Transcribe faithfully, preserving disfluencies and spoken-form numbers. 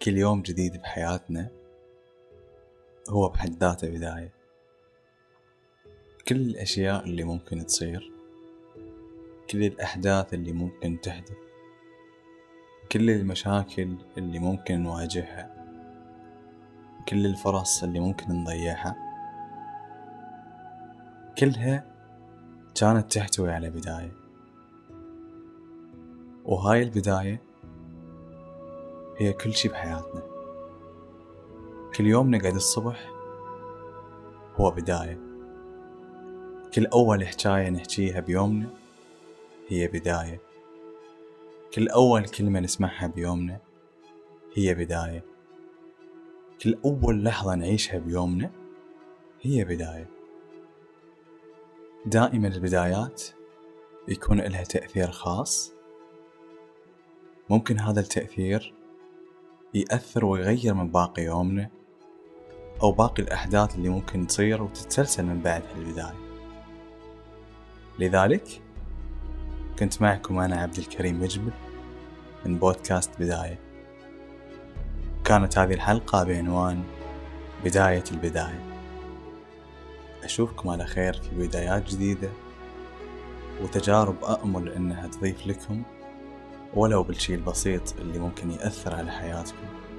كل يوم جديد بحياتنا هو بحد ذاته بداية. كل الأشياء اللي ممكن تصير، كل الأحداث اللي ممكن تحدث، كل المشاكل اللي ممكن نواجهها، كل الفرص اللي ممكن نضيعها، كلها كانت تحتوي على بداية. وهاي البداية هي كل شي بحياتنا. كل يوم نقعد الصبح هو بداية. كل أول حكاية نحكيها بيومنا هي بداية. كل أول كلمة نسمعها بيومنا هي بداية. كل أول لحظة نعيشها بيومنا هي بداية. دائما البدايات يكون لها تأثير خاص. ممكن هذا التأثير يأثر ويغير من باقي يومنا أو باقي الأحداث اللي ممكن تصير وتتسلسل من بعد هالبداية. لذلك كنت معكم أنا عبد الكريم مجبل من بودكاست بداية. كانت هذه الحلقة بعنوان بداية البداية. أشوفكم على خير في بدايات جديدة وتجارب أأمل أنها تضيف لكم ولو بالشيء البسيط اللي ممكن يأثر على حياتكم.